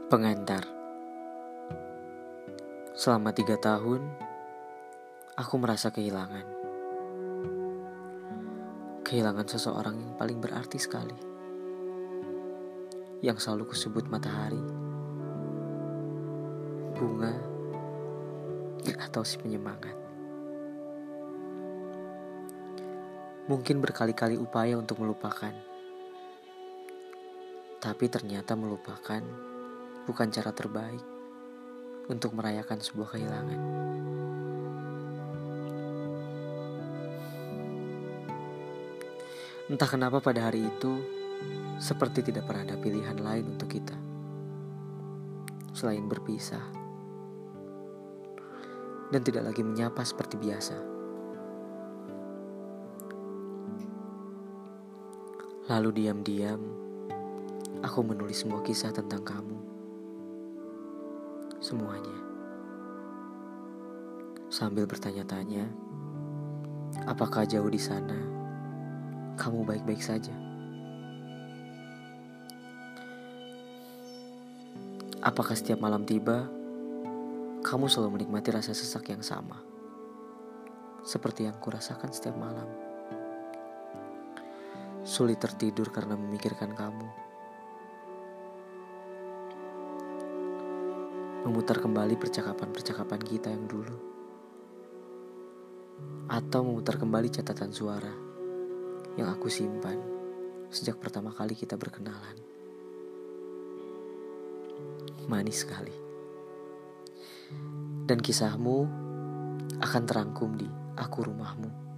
Pengantar. Selama 3 tahun, aku merasa kehilangan. Kehilangan seseorang yang paling berarti sekali. Yang selalu kusebut matahari, bunga, atau si penyemangat. Mungkin berkali-kali upaya untuk melupakan. Tapi ternyata melupakan bukan cara terbaik untuk merayakan sebuah kehilangan. Entah kenapa pada hari itu seperti tidak pernah ada pilihan lain untuk kita selain berpisah dan tidak lagi menyapa seperti biasa. Lalu diam-diam aku menulis semua kisah tentang kamu. Semuanya. Sambil bertanya-tanya, apakah jauh di sana kamu baik-baik saja? Apakah setiap malam tiba, kamu selalu menikmati rasa sesak yang sama, seperti yang kurasakan setiap malam? Sulit tertidur karena memikirkan kamu. Memutar kembali percakapan-percakapan kita yang dulu. Atau memutar kembali catatan suara yang aku simpan sejak pertama kali kita berkenalan. Manis sekali. Dan kisahmu akan terangkum di Aku Rumahmu.